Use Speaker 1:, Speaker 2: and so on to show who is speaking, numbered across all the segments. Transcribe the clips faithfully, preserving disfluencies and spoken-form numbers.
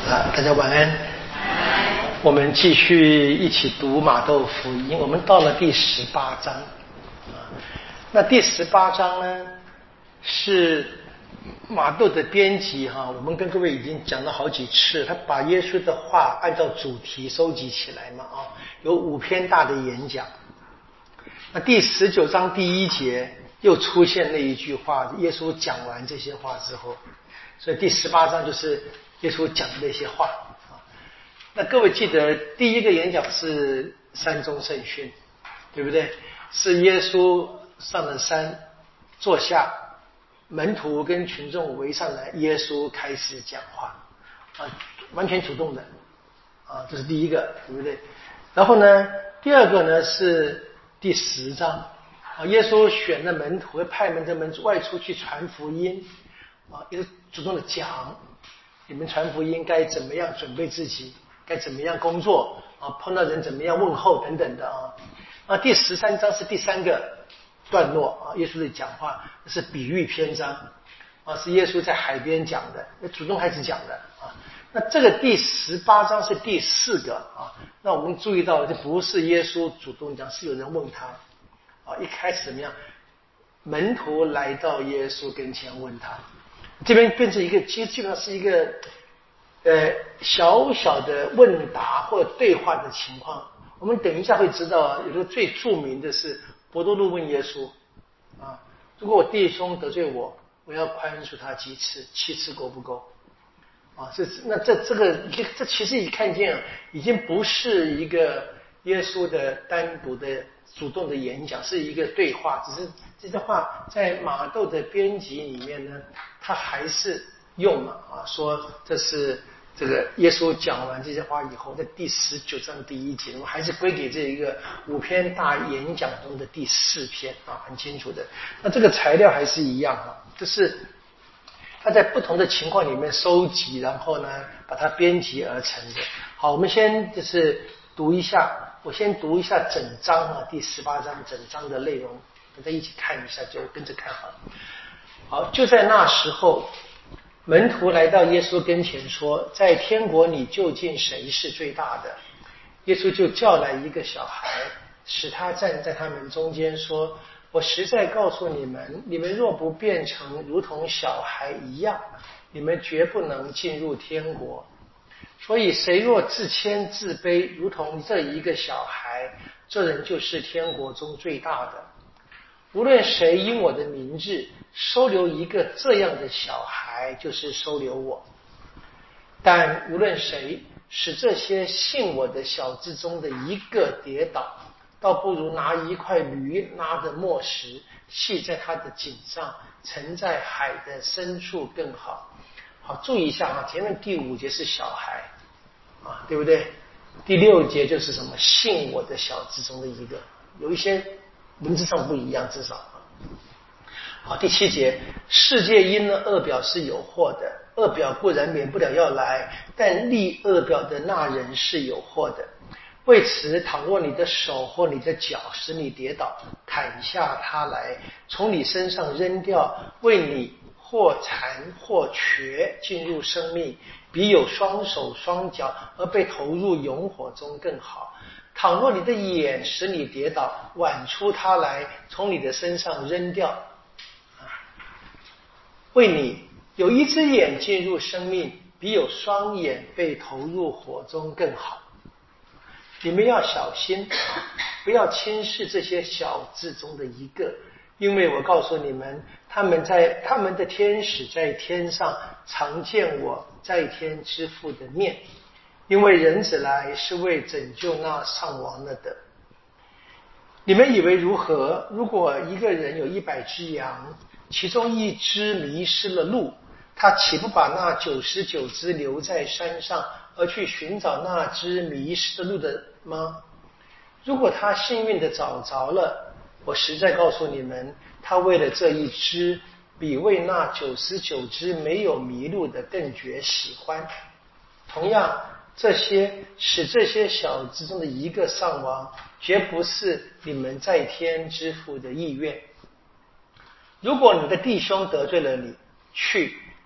Speaker 1: 啊，大家晚安。我们继续一起读马窦福音，我们到了第十八章。啊，那第十八章呢，是马窦的编辑哈，我们跟各位已经讲了好几次，他把耶稣的话按照主题收集起来嘛，啊，有五篇大的演讲。那第十九章第一节又出现那一句话，耶稣讲完这些话之后，所以第十八章就是耶稣讲的那些话啊。那各位记得第一个演讲是山中圣训，对不对？是耶稣上了山坐下，门徒跟群众围上来，耶稣开始讲话啊，完全主动的啊，这是第一个，对不对？然后呢，第二个呢是第十章啊，耶稣选的门徒，派门的门徒外出去传福音啊，也是主动的讲，你们传福音该怎么样准备自己，该怎么样工作啊，碰到人怎么样问候等等的啊。啊，第十三章是第三个段落啊，耶稣的讲话是比喻篇章啊，是耶稣在海边讲的，主动开始讲的啊。那这个第十八章是第四个啊，那我们注意到这不是耶稣主动讲，是有人问他啊。一开始怎么样？门徒来到耶稣跟前问他，这边变成一个基基本上是一个呃小小的问答或对话的情况。我们等一下会知道啊，有个最著名的是伯多禄问耶稣啊，如果我弟兄得罪我，我要宽恕他几次？七次够不够？啊，这那这这个这其实一看见啊，已经不是一个耶稣的单独的主动的演讲，是一个对话。只是这些话在马窦的编辑里面呢，他还是用了啊，说这是这个耶稣讲完这些话以后，在第十九章第一节，我们还是归给这一个五篇大演讲中的第四篇啊，很清楚的。那这个材料还是一样啊，这是他在不同的情况里面收集，然后呢把它编辑而成的。好，我们先就是读一下，我先读一下整章啊，第十八章整章的内容，大家一起看一下，就跟着看好了。好，就在那时候，门徒来到耶稣跟前说，在天国里究竟谁是最大的？耶稣就叫来一个小孩，使他站在他们中间，说，我实在告诉你们，你们若不变成如同小孩一样，你们绝不能进入天国。所以谁若自谦自卑，如同这一个小孩，这人就是天国中最大的。无论谁因我的名字收留一个这样的小孩，就是收留我。但无论谁使这些信我的小子中的一个跌倒，倒不如拿一块驴拉的磨石系在他的颈上，沉在海的深处更好。好，注意一下啊，前面第五节是小孩啊，对不对？第六节就是什么？信我的小子中的一个，有一些文字上不一样，至少啊。好，第七节，世界因呢恶表是有祸的，恶表固然免不了要来，但立恶表的那人是有祸的。为此，倘若你的手或你的脚使你跌倒，砍下它来，从你身上扔掉，为你或残或瘸进入生命，比有双手双脚而被投入永火中更好。倘若你的眼使你跌倒，剜出它来，从你的身上扔掉，为你有一只眼进入生命，比有双眼被投入火中更好。你们要小心，不要轻视这些小子中的一个，因为我告诉你们，他们在他们的天使在天上常见我在天之父的面。因为人子来是为拯救那丧亡了的。你们以为如何？如果一个人有一百只羊，其中一只迷失了路，他岂不把那九十九只留在山上，而去寻找那只迷失的路的吗？如果他幸运地找着了，我实在告诉你们，他为了这一只，比为那九十九只没有迷路的更觉喜欢。同样，这些使这些小子中的一个丧亡，绝不是你们在天之父的意愿。如果你的弟兄得罪了你，去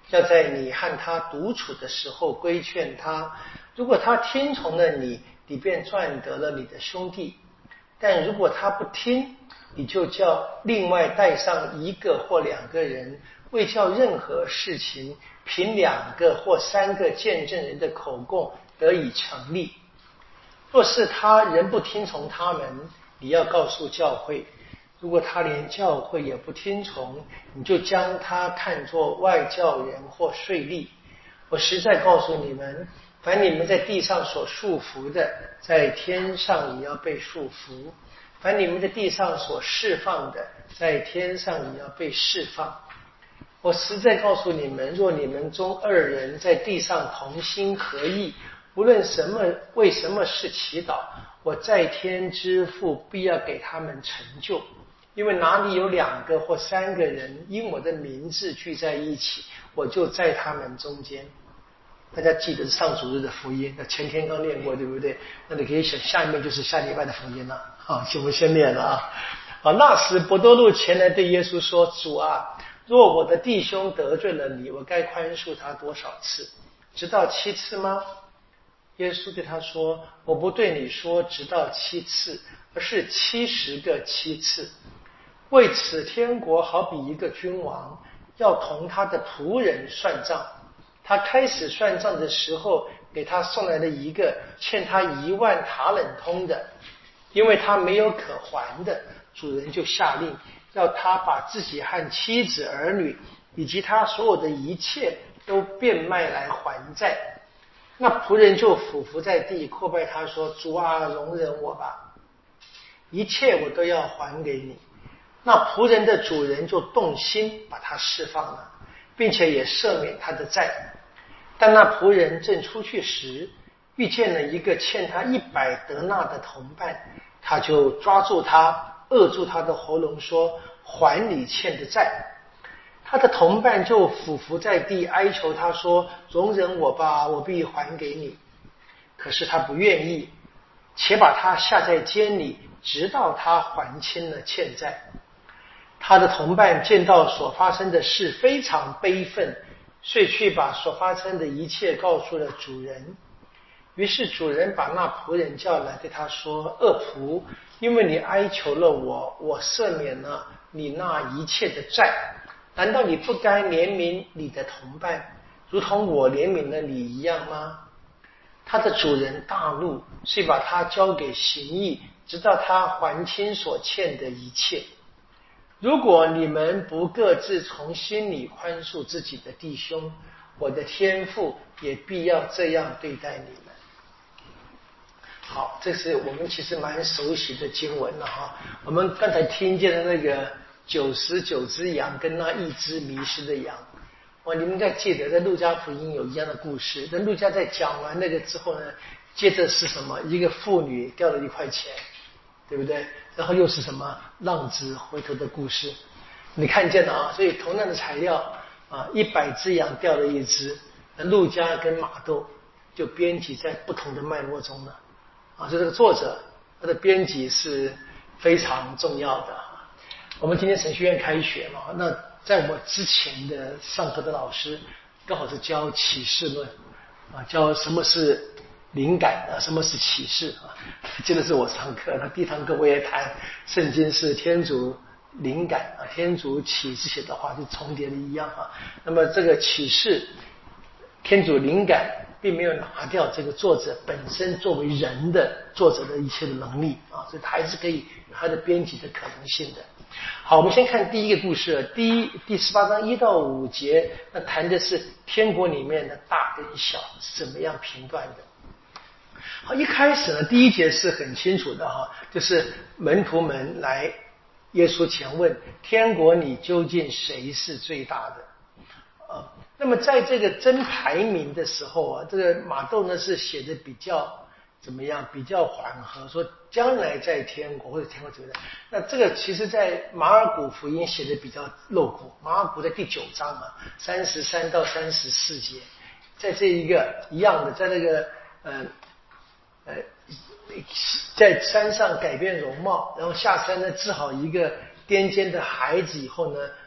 Speaker 1: 要在你和他独处的时候规劝他。如果他听从了你，你便赚得了你的兄弟；但如果他不听，你就叫另外带上一个或两个人，为叫任何事情凭两个或三个见证人的口供得以成立。若是他仍不听从他们，你要告诉教会。如果他连教会也不听从，你就将他看作外教人或税吏。我实在告诉你们，凡你们在地上所束缚的，在天上也要被束缚；凡你们在地上所释放的，在天上也要被释放。我实在告诉你们，若你们中二人在地上同心合意，无论什么为什么事祈祷，我在天之父必要给他们成就。因为哪里有两个或三个人因我的名字聚在一起，我就在他们中间。大家记得上主日的福音，那前天刚念过，对不对？那你可以想，下面就是下礼拜的福音了。好，我们先念了啊。啊，那时伯多禄前来对耶稣说：“主啊，若我的弟兄得罪了你，我该宽恕他多少次？直到七次吗？”耶稣对他说：“我不对你说直到七次，而是七十个七次。为此，天国好比一个君王，要同他的仆人算账。他开始算账的时候，给他送来了一个欠他一万塔冷通的，因为他没有可还的，主人就下令要他把自己和妻子儿女以及他所有的一切都变卖来还债。那仆人就俯伏在地，叩拜他说：主啊，容忍我吧，一切我都要还给你。那仆人的主人就动心，把他释放了，并且也赦免他的债。但那仆人正出去时，遇见了一个欠他一百德纳的同伴，他就抓住他，扼住他的喉咙，说：还你欠的债。他的同伴就俯伏在地，哀求他说：容忍我吧，我必还给你。可是他不愿意，且把他下在监里，直到他还清了欠债。他的同伴见到所发生的事，非常悲愤，遂去把所发生的一切告诉了主人。于是主人把那仆人叫来，对他说：恶仆，因为你哀求了我，我赦免了你那一切的债，难道你不该怜悯你的同伴，如同我怜悯了你一样吗？他的主人大怒，遂把他交给刑役，直到他还清所欠的一切。如果你们不各自从心里宽恕自己的弟兄，我的天父也必要这样对待你们。好，这是我们其实蛮熟悉的经文了哈。我们刚才听见的那个九十九只羊跟那一只迷失的羊，哇，你们应该记得在路加福音有一样的故事。那路加在讲完那个之后呢，接着是什么？一个妇女掉了一块钱，对不对？然后又是什么浪子回头的故事，你看见了啊？所以同样的材料啊，一百只羊掉了一只，那路加跟马窦就编辑在不同的脉络中了啊。就这个作者他的编辑是非常重要的。我们今天神学院开学嘛，那在我之前的上课的老师刚好是教启示论啊，教什么是灵感啊，什么是启示啊？记得是我上课，那第一堂课我也谈圣经是天主灵感啊，天主启示写的话就重叠的一样啊。那么这个启示，天主灵感并没有拿掉这个作者本身作为人的作者的一切的能力啊，所以他还是可以有他的编辑的可能性的。好，我们先看第一个故事，第一第十八章一到五节，那谈的是天国里面的大跟小是怎么样评断的。好，一开始呢，第一节是很清楚的哈，就是门徒们来耶稣前问天国里究竟谁是最大的啊？那么在这个争排名的时候啊，这个马窦呢是写的比较怎么样？比较缓和，说将来在天国或者天国怎么样？那这个其实在马尔谷福音写的比较露骨，马尔谷在第九章啊，三十三到三十四节，在这一个一样的，在那个呃。呃，在山上改变容貌，然后下山呢治好一个癫痫的孩子以后呢，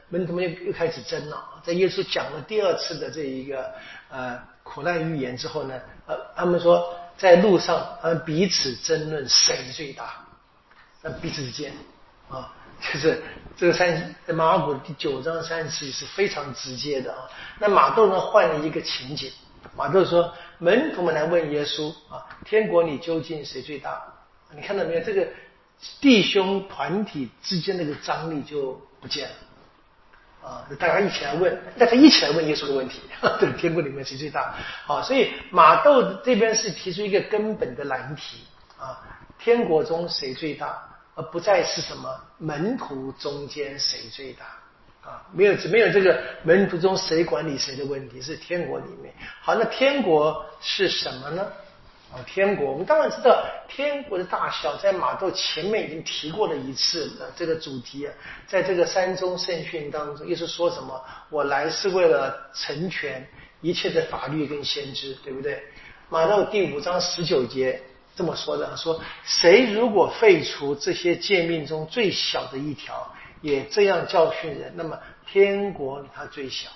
Speaker 1: 门徒们又又开始争了。在耶稣讲了第二次的这一个呃苦难预言之后呢，呃，他们说在路上，他们彼此争论谁最大，那彼此之间啊，就是这个三马尔谷的第九章三十七是非常直接的啊。那马窦呢换了一个情景，马窦说门徒们来问耶稣啊，天国里究竟谁最大？你看到没有？这个弟兄团体之间那个张力就不见了。啊，大家一起来问，大家一起来问耶稣的问题，这个天国里面谁最大？啊，所以马窦这边是提出一个根本的难题啊，天国中谁最大，而不再是什么门徒中间谁最大啊，没有没有这个门徒中谁管理谁的问题，是天国里面。好，那天国是什么呢？啊，天国，我们当然知道天国的大小，在马窦前面已经提过了一次了。这个主题啊，在这个山中圣训当中，耶稣说什么？我来是为了成全一切的法律跟先知，对不对？马窦第五章十九节这么说的，说谁如果废除这些诫命中最小的一条，也这样教训人，那么天国他最小。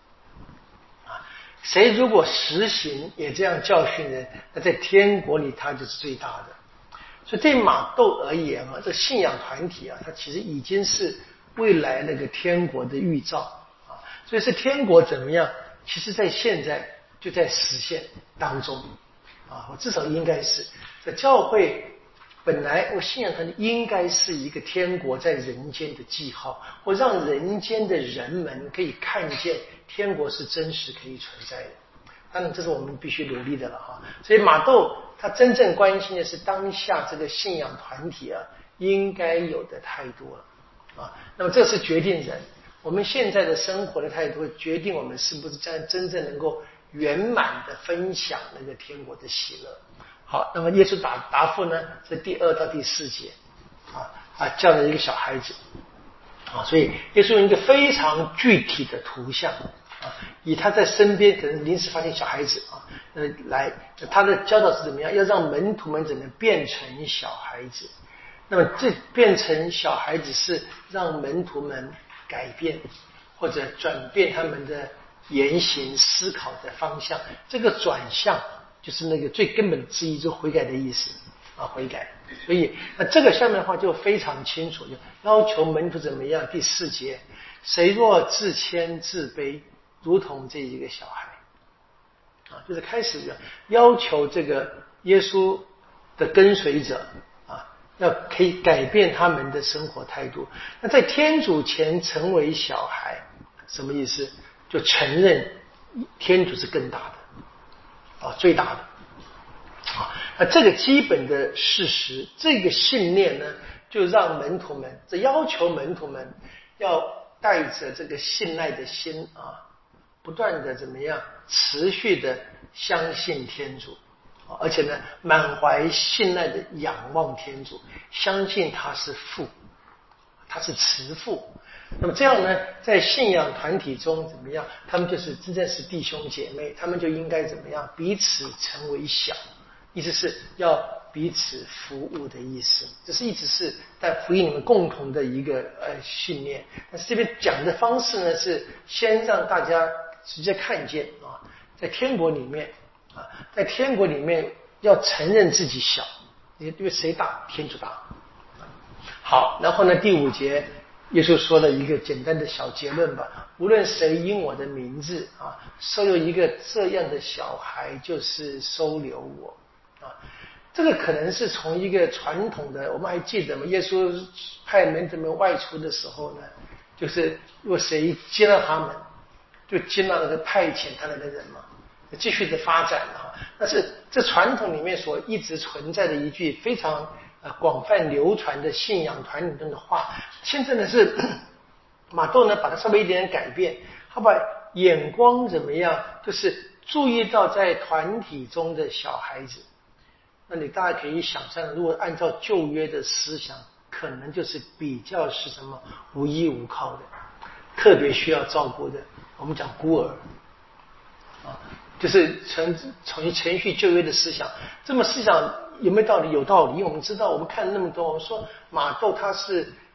Speaker 1: 谁如果实行也这样教训人，那在天国里他就是最大的。所以对马窦而言啊，这信仰团体啊，它其实已经是未来那个天国的预兆啊。所以是天国怎么样？其实在现在就在实现当中啊，我至少应该是在教会。本来我信仰团体应该是一个天国在人间的记号，或让人间的人们可以看见天国是真实可以存在的。当然这是我们必须努力的了哈。所以马窦他真正关心的是当下这个信仰团体啊应该有的态度了啊。那么这是决定人我们现在的生活的态度，会决定我们是不是真真正能够圆满的分享那个天国的喜乐。好，那么耶稣答答复呢是第二到第四节啊啊，这样的一个小孩子啊，所以耶稣用一个非常具体的图像啊，以他在身边可能临时发现小孩子啊，呃，来他的教导是怎么样？要让门徒们怎么变成小孩子？那么这变成小孩子是让门徒们改变或者转变他们的言行思考的方向，这个转向。就是那个最根本之一，就悔改的意思啊，悔改。所以那这个下面的话就非常清楚，就要求门徒怎么样？第四节，谁若自谦自卑，如同这一个小孩啊，就是开始要求这个耶稣的跟随者啊，要可以改变他们的生活态度。那在天主前成为小孩，什么意思？就承认天主是更大的。啊，最大的啊，那这个基本的事实，这个信念呢，就让门徒们，这要求门徒们要带着这个信赖的心啊，不断的怎么样，持续的相信天主，而且呢，满怀信赖的仰望天主，相信他是父，他是慈父。那么这样呢，在信仰团体中怎么样？他们就是真正是弟兄姐妹，他们就应该怎么样？彼此成为小，意思是要彼此服务的意思。这是一直是在福音里面共同的一个呃信念。但是这边讲的方式呢，是先让大家直接看见啊，在天国里面啊，在天国里面要承认自己小，因为谁大？天主大。好，然后呢，第五节。耶稣说了一个简单的小结论吧，无论谁因我的名字啊收留一个这样的小孩，就是收留我啊。这个可能是从一个传统的，我们还记得吗？耶稣派门徒们外出的时候呢，就是如果谁接纳他们，就接纳那个派遣他来的人嘛，继续的发展啊。但是这传统里面所一直存在的一句非常呃，广泛流传的信仰团体中的话，现在呢是马窦呢把它稍微一点点改变，他把眼光怎么样，就是注意到在团体中的小孩子。那你大家可以想象，如果按照旧约的思想，可能就是比较是什么无依无靠的，特别需要照顾的，我们讲孤儿啊，就是从从程序旧约的思想，这么思想有没有道理？有道理，因为我们知道，我们看了那么多，我们说马窦他是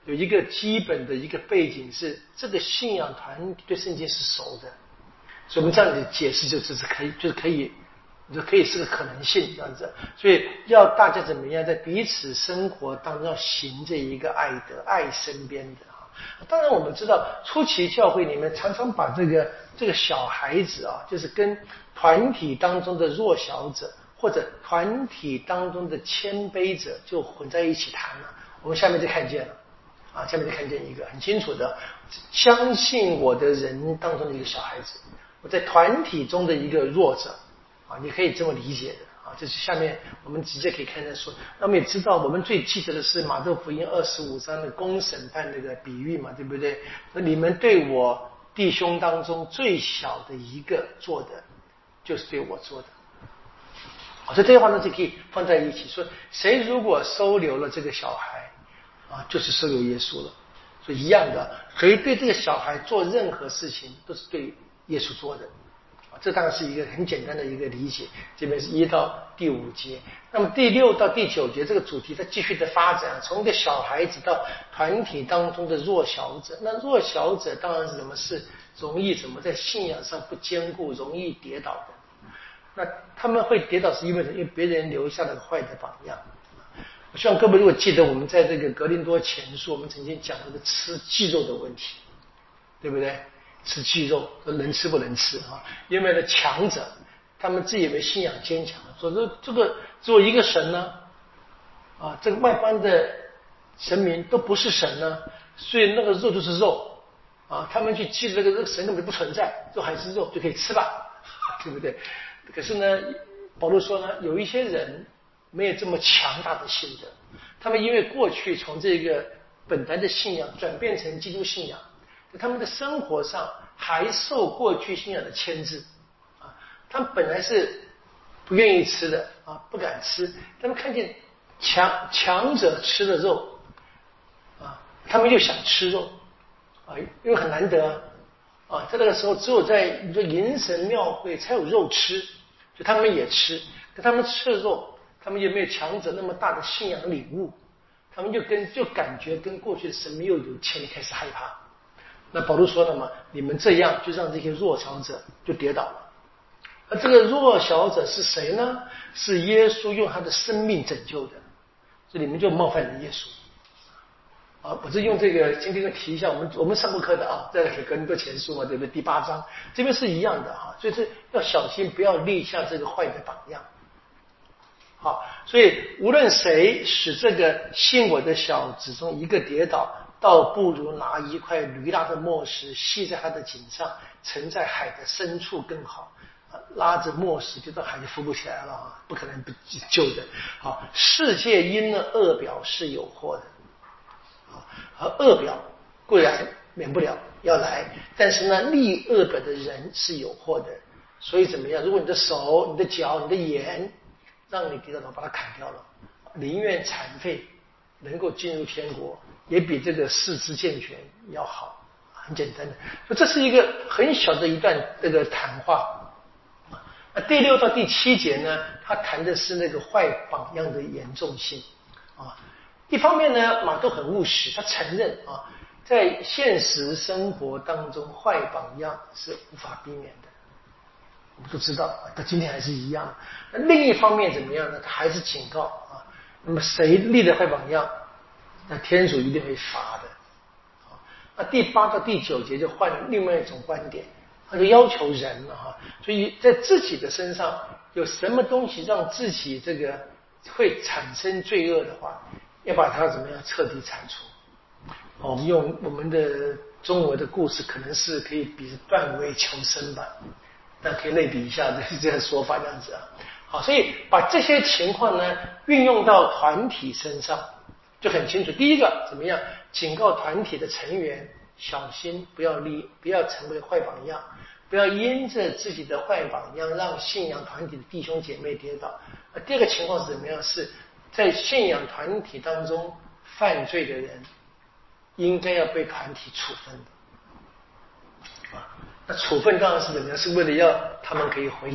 Speaker 1: 有一个基本的一个背景是，这个信仰团体对圣经是熟的，所以我们这样的解释就只是可以，就是可以，就可以是个可能性这样子。所以要大家怎么样在彼此生活当中要行这一个爱德，爱身边的啊。当然我们知道，初期教会里面常常把这个这个小孩子啊，就是跟团体当中的弱小者或者团体当中的谦卑者就混在一起谈了。我们下面就看见了。啊，下面就看见一个很清楚的，相信我的人当中的一个小孩子，我在团体中的一个弱者，啊，你可以这么理解的啊。这是下面我们直接可以看见说，那么也知道我们最记得的是马太福音二十五章的公审判那个比喻嘛，对不对？那你们对我弟兄当中最小的一个做的，就是对我做的。啊，所以这些话呢就可以放在一起说，谁如果收留了这个小孩。啊，就是收留耶稣了，所以一样的，谁对这个小孩做任何事情，都是对耶稣做的。啊，这当然是一个很简单的一个理解。这边是一到第五节，那么第六到第九节这个主题它继续的发展，从一个小孩子到团体当中的弱小者。那弱小者当然是什么是容易怎么在信仰上不坚固，容易跌倒的。那他们会跌倒是因为什么？因为别人留下了坏的榜样。我希望各位如果记得我们在这个格林多前书我们曾经讲过的吃鸡肉的问题，对不对？吃鸡肉能吃不能吃啊？因为呢强者他们自以为信仰坚强，说这这个只有一个神呢，啊，这个外邦的神明都不是神呢，所以那个肉就是肉啊，他们去记这个这个神根本不存在，肉还是肉就可以吃吧，对不对？可是呢保罗说呢，有一些人没有这么强大的信德，他们因为过去从这个本来的信仰转变成基督信仰，在他们的生活上还受过去信仰的牵制啊，他们本来是不愿意吃的啊，不敢吃，他们看见强强者吃的肉啊，他们又想吃肉啊，因为很难得啊，在那个时候只有在你说迎神庙会才有肉吃，就他们也吃，可他们吃了肉。他们有没有强者那么大的信仰领悟？他们就跟就感觉跟过去的神明又有牵，开始害怕。那保罗说了嘛，你们这样就让这些弱小者就跌倒了。而这个弱小者是谁呢？是耶稣用他的生命拯救的，所以你们就冒犯了耶稣。啊，我是用这个今天的提一下，我们我们上过课的啊，在格林多前书嘛，对不对？第八章这边是一样的哈，所以是要小心，不要立下这个坏的榜样。好，所以无论谁使这个信我的小子中一个跌倒，倒不如拿一块驴拉的磨石系在他的颈上，沉在海的深处更好。拉着磨石就到海就浮不起来了啊，不可能不救的。好，世界因了恶表是有祸的，而恶表固然免不了要来，但是呢，立恶表的人是有祸的。所以怎么样？如果你的手、你的脚、你的眼让你跌倒，把它砍掉了，宁愿残废能够进入天国，也比这个四肢健全要好。很简单的，所以这是一个很小的一段这个谈话。那第六到第七节呢，他谈的是那个坏榜样的严重性啊。一方面呢，马窦很务实，他承认啊，在现实生活当中，坏榜样是无法避免的。我们都知道，到今天还是一样。那另一方面怎么样呢？他还是警告啊，那么谁立了坏榜样，那天主一定会罚的。那第八到第九节就换另外一种观点，他就要求人了哈，所以在自己的身上有什么东西让自己这个会产生罪恶的话，要把它怎么样彻底铲除。我们用我们的中文的故事，可能是可以比断尾求生吧。那可以类比一下这个说法，这样子啊。好，所以把这些情况呢运用到团体身上，就很清楚。第一个怎么样？警告团体的成员小心，不要立，不要成为坏榜样，不要因着自己的坏榜样让信仰团体的弟兄姐妹跌倒。那第二个情况是怎么样？是在信仰团体当中犯罪的人，应该要被团体处分的。那处分当然是怎么样？是为了要他们可以悔改，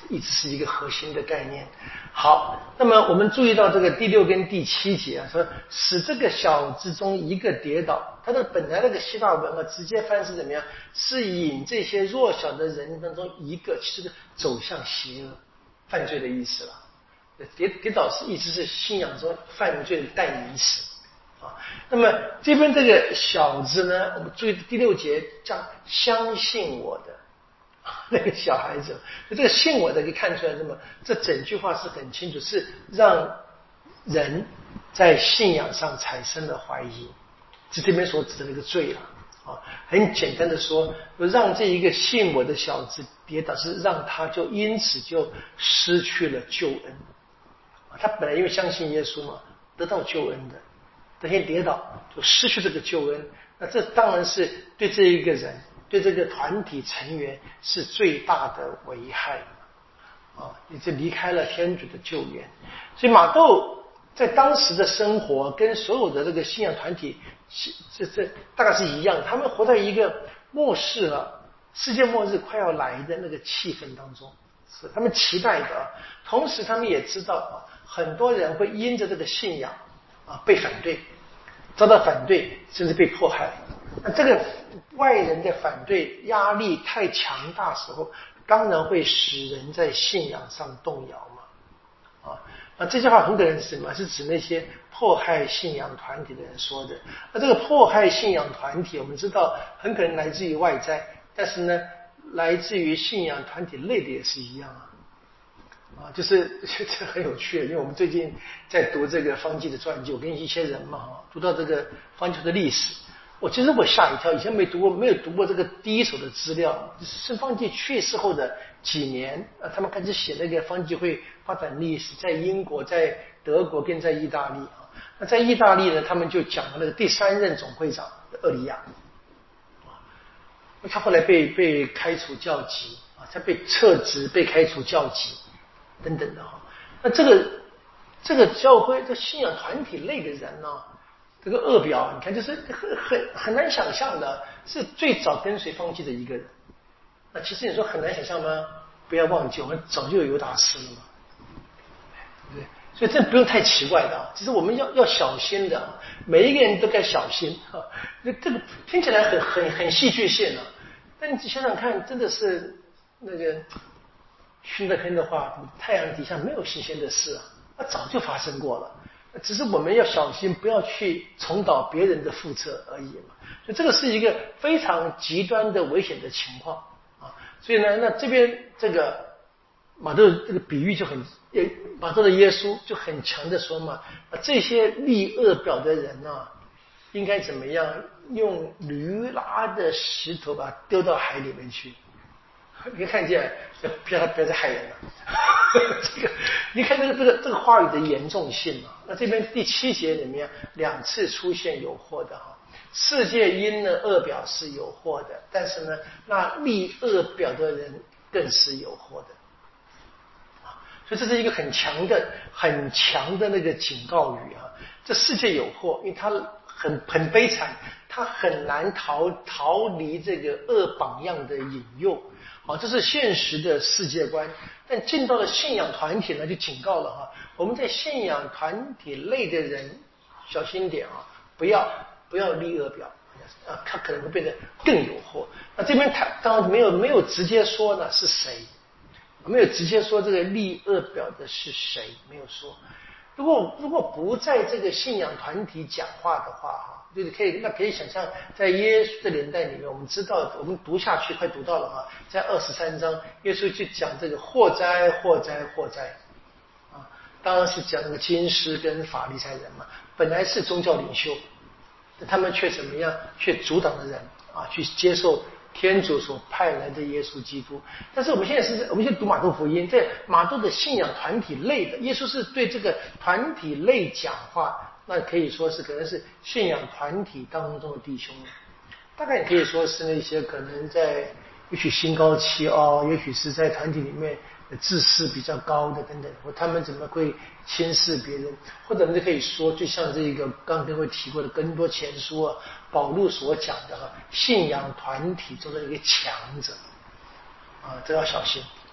Speaker 1: 一直是一个核心的概念。好，那么我们注意到这个第六跟第七节啊，说使这个小子中一个跌倒，它的本来那个希腊文啊，直接翻是怎么样？是引这些弱小的人当中一个，其实走向邪恶、犯罪的意思了。跌跌倒是意思是信仰中犯罪的代名词啊。那么这边这个小子呢，我们注意第六节讲相信我的。那个小孩子，这个信我的可以看出来，那么这整句话是很清楚，是让人在信仰上产生了怀疑，是这边所指的那个罪了啊。很简单的说，让这一个信我的小子跌倒，是让他就因此就失去了救恩啊。他本来因为相信耶稣嘛，得到救恩的，但先跌倒就失去这个救恩，那这当然是对这一个人。对这个团体成员是最大的危害啊！也就离开了天主的救援，所以马窦在当时的生活跟所有的这个信仰团体，这这大概是一样，他们活在一个末世了、世界末日快要来的那个气氛当中，是他们期待的。同时，他们也知道啊，很多人会因着这个信仰啊被反对，遭到反对，甚至被迫害。那这个外人的反对压力太强大时候，当然会使人在信仰上动摇嘛。啊，那这句话很可能是什么？是指那些迫害信仰团体的人说的。那这个迫害信仰团体，我们知道很可能来自于外在，但是呢，来自于信仰团体内的也是一样啊。啊，就是这很有趣，因为我们最近在读这个方济的传记，我跟一些人嘛，读到这个方济的历史。我其实我吓一跳，以前没读过，没有读过这个第一手的资料。是方济去世后的几年，呃，他们开始写那个方济会发展历史，在英国、在德国跟在意大利啊。那在意大利呢，他们就讲了那个第三任总会长厄里亚，他后来被被开除教籍啊，他被撤职、被开除教籍等等的哈。那这个这个教会这信仰团体类的人呢？这个恶表，你看，就是很很很难想象的，是最早跟随方济的一个人。那其实你说很难想象吗？不要忘记，我们早就有犹达斯了嘛，对不对？所以这不用太奇怪的啊，只是我们要要小心的，每一个人都该小心啊。这这个听起来很很很戏剧性啊，但你想想看，真的是那个熏得喷的话，太阳底下没有新鲜的事啊，那早就发生过了。只是我们要小心，不要去重蹈别人的覆辙而已嘛。所以这个是一个非常极端的危险的情况啊。所以呢，那这边这个马窦这个比喻就很，马窦的耶稣就很强的说嘛，啊，这些立恶表的人呢、啊，应该怎么样？用驴拉的石头把它丢到海里面去。你可以看见，不要不要再害人了。这个，你看这个这个这个话语的严重性啊。那这边第七节里面两次出现有祸的哈，世界因呢恶表是有祸的，但是呢，那立恶表的人更是有祸的。啊，所以这是一个很强的、很强的那个警告语啊。这世界有祸，因为它很很悲惨，它很难逃逃离这个恶榜样的引诱。好，这是现实的世界观，但进到了信仰团体呢，就警告了哈，我们在信仰团体内的人小心点啊，不要不要立恶表啊，他可能会变得更有祸。那这边他当然没有没有直接说呢是谁，没有直接说这个立恶表的是谁，没有说。如果如果不在这个信仰团体讲话的话哈。就是可以，那可以想象，在耶稣的年代里面，我们知道，我们读下去快读到了啊，在二十三章，耶稣去讲这个祸灾、祸灾、祸灾，啊，当然是讲那个经师跟法利赛人嘛，本来是宗教领袖，他们却怎么样，却阻挡了人啊，去接受天主所派来的耶稣基督。但是我们现在是，我们现在读马窦福音，在马窦的信仰团体类的，耶稣是对这个团体类讲话。那可以说是可能是信仰团体当中的弟兄，大概也可以说是那些可能在也许心高气傲，也许是在团体里面自视比较高的等等，或他们怎么会轻视别人，或者我们就可以说，就像这个刚刚会提过的更多前书啊，保禄所讲的哈，信仰团体中的一个强者啊，这要小心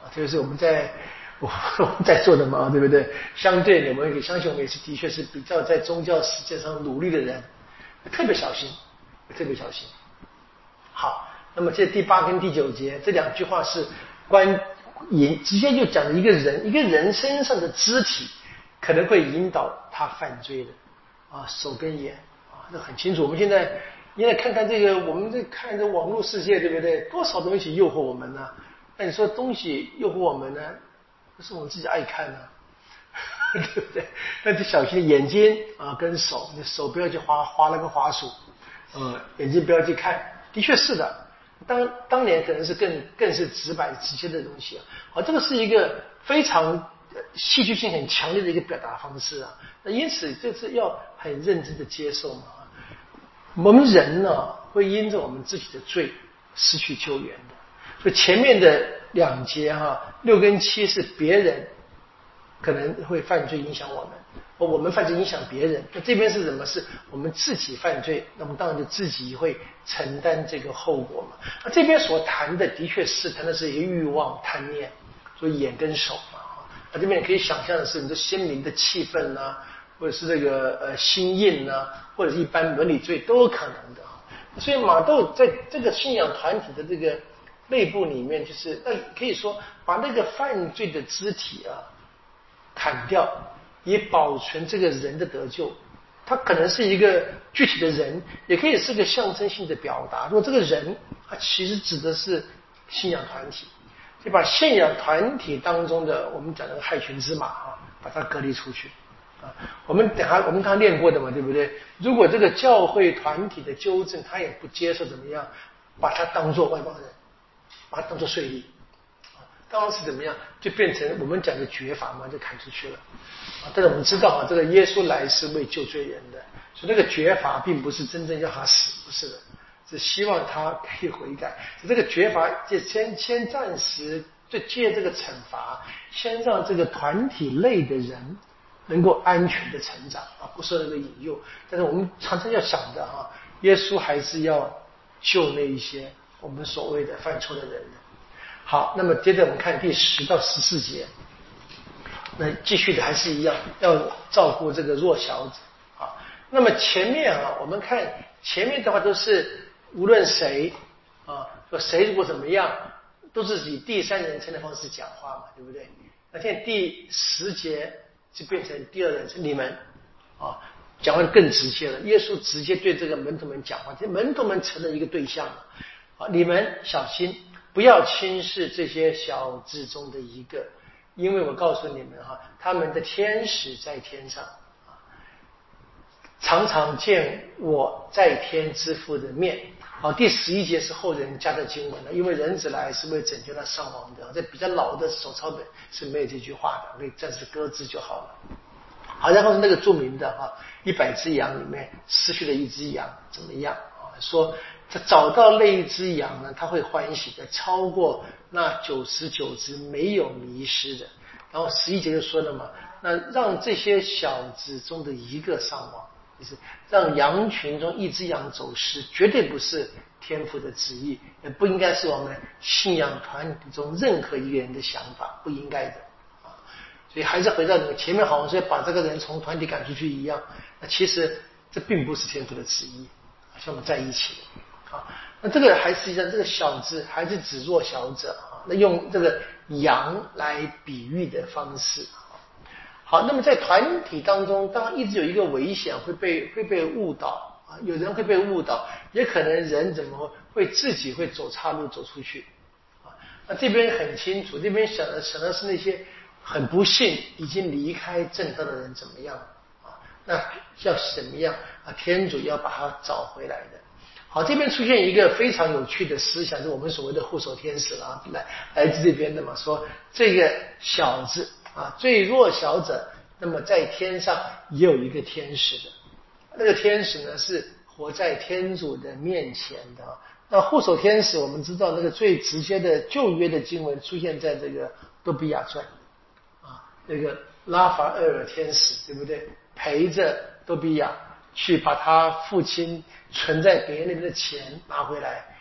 Speaker 1: 啊，这就是我们在我我们在做的嘛，对不对？相对我们可以相信，我们也是的确是比较在宗教实践上努力的人，特别小心，特别小心。好，那么这第八跟第九节这两句话是关引直接就讲了一个人，一个人身上的肢体可能会引导他犯罪的啊，手跟眼啊，这很清楚。我们现在你来看看这个，我们在看这网络世界，对不对？多少东西诱惑我们呢？那你说东西诱惑我们呢，不是我们自己爱看呢、啊，对不对？那就小心眼睛啊，跟手，你手不要去划划那个滑鼠，嗯，眼睛不要去看。的确是的，当当年可能是更更是直白直接的东西啊，啊，这个是一个非常戏剧性很强烈的一个表达方式啊。那因此这是要很认真的接受嘛。我们人呢会因着我们自己的罪失去救援的，所以前面的两节哈、啊，六跟七是别人可能会犯罪影响我们。我们犯罪影响别人，那这边是什么？是我们自己犯罪，那么当然就自己会承担这个后果嘛。那这边所谈的的确是谈的是一个欲望、贪念，所以眼跟手嘛。那这边也可以想象的是，你的心灵的气氛呐、啊，或者是这个呃心印呐、啊，或者是一般伦理罪都有可能的。所以马窦在这个信仰团体的这个内部里面，就是那可以说把那个犯罪的肢体啊砍掉。以保存这个人的得救，他可能是一个具体的人，也可以是个象征性的表达。如果这个人，他其实指的是信仰团体，就把信仰团体当中的我们讲的害群之马啊，把它隔离出去啊。我们等下我们刚练过的嘛，对不对？如果这个教会团体的纠正他也不接受，怎么样？把他当作外邦人，把他当作税吏。当时怎么样，就变成我们讲的绝罚嘛，就砍出去了啊。但是我们知道啊，这个耶稣来是为救罪人的，所以那个绝罚并不是真正要他死，不是的，是希望他可以悔改。这个绝罚就先先暂时就借这个惩罚，先让这个团体内的人能够安全的成长啊，不受那个引诱。但是我们常常要想的哈、啊，耶稣还是要救那一些我们所谓的犯错的人的。好，那么接着我们看第十到十四节，那继续的还是一样，要照顾这个弱小者啊。那么前面啊，我们看前面的话都是无论谁啊，说谁如果怎么样，都是以第三人称的方式讲话嘛，对不对？那现在第十节就变成第二人称，你们啊，讲话更直接了。耶稣直接对这个门徒们讲话，这门徒们成了一个对象了啊，你们小心。不要轻视这些小子中的一个，因为我告诉你们哈，他们的天使在天上啊，常常见我在天之父的面。好，第十一节是后人加的经文了，因为人子来是为拯救那丧亡的，在比较老的手抄本是没有这句话的，可以暂时搁置就好了。好，然后是那个著名的哈，一百只羊里面失去了一只羊，怎么样啊？说。他找到那一只羊呢，他会欢喜的，超过那九十九只没有迷失的。然后十一节就说了嘛，那让这些小子中的一个丧亡，就是让羊群中一只羊走失，绝对不是天父的旨意，也不应该是我们信仰团体中任何一个人的想法，不应该的啊。所以还是回到你们前面，好像是把这个人从团体赶出去一样，那其实这并不是天父的旨意，像我们在一起的。啊，那这个还是一样，这个小子还是指弱小者啊。那用这个羊来比喻的方式。好，那么在团体当中，当然一直有一个危险会被会被误导啊，有人会被误导，也可能人怎么会自己会走岔路走出去啊。那这边很清楚，这边想的想的是那些很不幸已经离开正道的人怎么样啊？那要怎么样啊？天主要把他找回来的。好，这边出现一个非常有趣的思想，是我们所谓的护守天使啊，来来自这边的嘛，说这个小子啊，最弱小者，那么在天上也有一个天使的，那个天使呢是活在天主的面前的。那护守天使，我们知道那个最直接的旧约的经文出现在这个多比亚传啊，那个拉法厄尔天使，对不对？陪着多比亚去把他父亲存在别人那边的钱拿回来，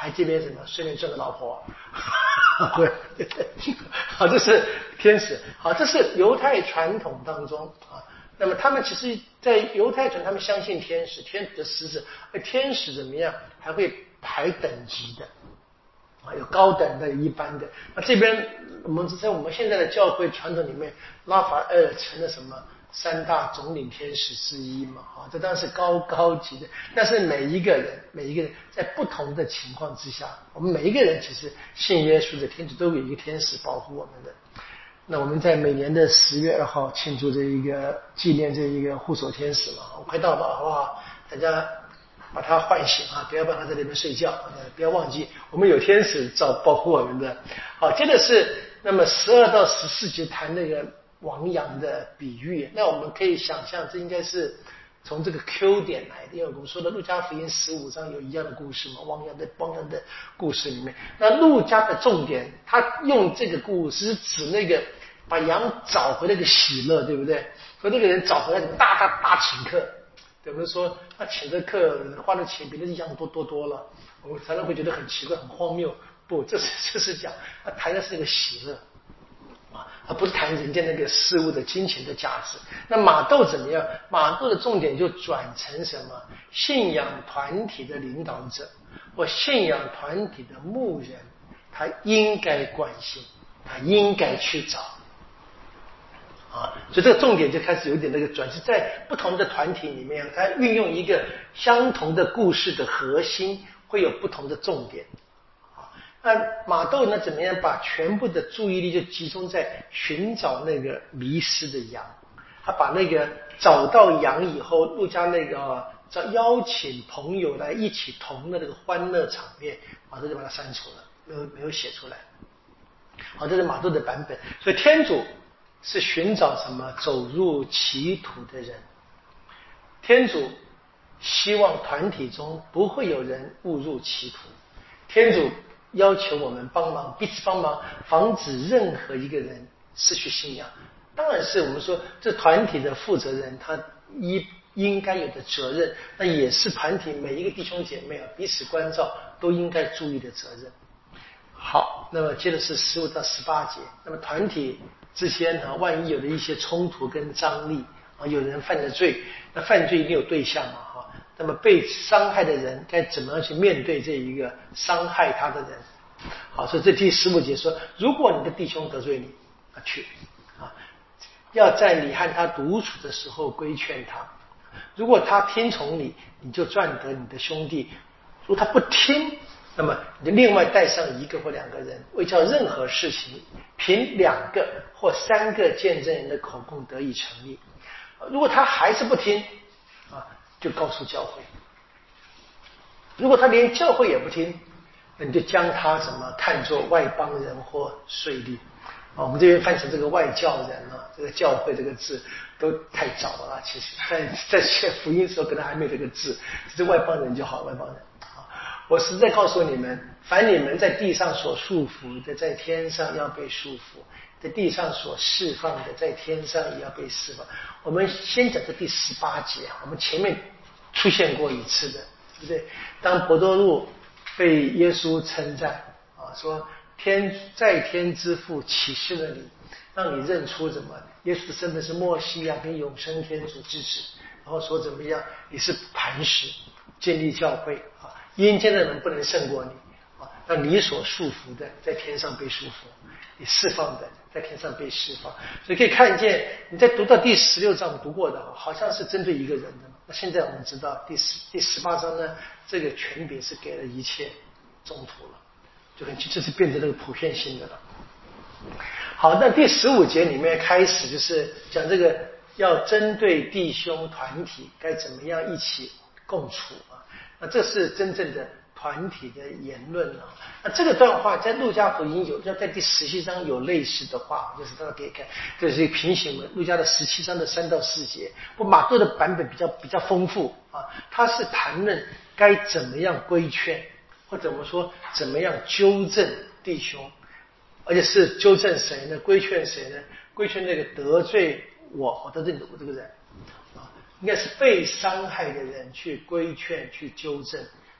Speaker 1: 还这边什么顺便赚个老婆，对，好，这是天使，好，这是犹太传统当中啊。那么他们其实，在犹太传，他们相信天使，天使的使者，而天使怎么样，还会排等级的。啊，有高等的、一般的。那这边我们在我们现在的教会传统里面，拉法埃尔成了什么三大总领天使之一嘛？啊，这当然是高高级的。但是每一个人，每一个人在不同的情况之下，我们每一个人其实信耶稣的天主都有一个天使保护我们的。那我们在每年的十月二号庆祝这一个纪念这一个护守天使嘛，快到了，好不好？大家把他唤醒啊！不要让他在那边睡觉，不要忘记我们有天使照保护我们的。好，接着是那么十二到十四节谈那个亡羊的比喻。那我们可以想象，这应该是从这个 Q 点来的，因为我们说的路加福音十五章有一样的故事嘛，亡羊的亡羊的故事里面。那路加的重点，他用这个故事指那个把羊找回来的喜乐，对不对？说那个人找回来，大大大请客。我们说他请的客花的钱比那羊多多多了，我们常常会觉得很奇怪、很荒谬。不，这是这是讲他谈的是那个喜乐啊，而不是谈人家那个事物的金钱的价值。那马窦怎么样？马窦的重点就转成什么？信仰团体的领导者或信仰团体的牧人，他应该关心，他应该去找。啊，所以这个重点就开始有点那个转，是在不同的团体里面，它运用一个相同的故事的核心，会有不同的重点。啊，那马窦呢，怎么样把全部的注意力就集中在寻找那个迷失的羊？他把那个找到羊以后，路加那个叫邀请朋友来一起同的那个欢乐场面，马窦就把它删除了，没有没有写出来。好，这是马窦的版本。所以天主是寻找什么？走入歧途的人。天主希望团体中不会有人误入歧途。天主要求我们帮忙，彼此帮忙，防止任何一个人失去信仰。当然是我们说这团体的负责人，他应应该有的责任，那也是团体每一个弟兄姐妹啊彼此关照都应该注意的责任。好，那么接着是十五到十八节。那么团体之间啊，万一有了一些冲突跟张力啊，有人犯了罪，那犯罪一定有对象嘛哈。那么被伤害的人该怎么样去面对这一个伤害他的人？好，所以这第十五节说，如果你的弟兄得罪你，啊去啊，要在你和他独处的时候规劝他。如果他听从你，你就赚得你的兄弟；如果他不听，那么你就另外带上一个或两个人，为叫任何事情凭两个或三个见证人的口供得以成立。如果他还是不听啊，就告诉教会。如果他连教会也不听，那你就将他什么看作外邦人或税吏。啊，我们这边翻成这个外教人啊，这个教会这个字都太早了。其实在在写福音的时候可能还没有这个字，这是外邦人就好，外邦人。我实在告诉你们，凡你们在地上所束缚的，在天上要被束缚；在地上所释放的，在天上也要被释放。我们先讲这第十八节，我们前面出现过一次的，对不对？当伯多禄被耶稣称赞啊，说天在天之父启示了你，让你认出什么？耶稣的身份是默西亚跟永生天主之子，然后说怎么样？你是磐石，建立教会啊。阴间的人不能胜过你啊！让你所束缚的在天上被束缚，你释放的在天上被释放。所以可以看见，你在读到第十六章读过的，好像是针对一个人的。那现在我们知道第十第十八章呢，这个权柄是给了一切宗徒了，就很这是变成那个普遍性的了。好，那第十五节里面开始就是讲这个要针对弟兄团体该怎么样一起共处啊。那这是真正的团体的言论啊。那这个段话在路加福音有，要在第十七章有类似的话，就是大家可以看，这是平行文，路加的十七章的三到四节。不，马窦的版本比较比较丰富啊，他是谈论该怎么样规劝，或者我们说怎么样纠正弟兄，而且是纠正谁呢？规劝谁呢？规劝那个得罪我，我得罪我这个人。应该是被伤害的人去规劝、去纠正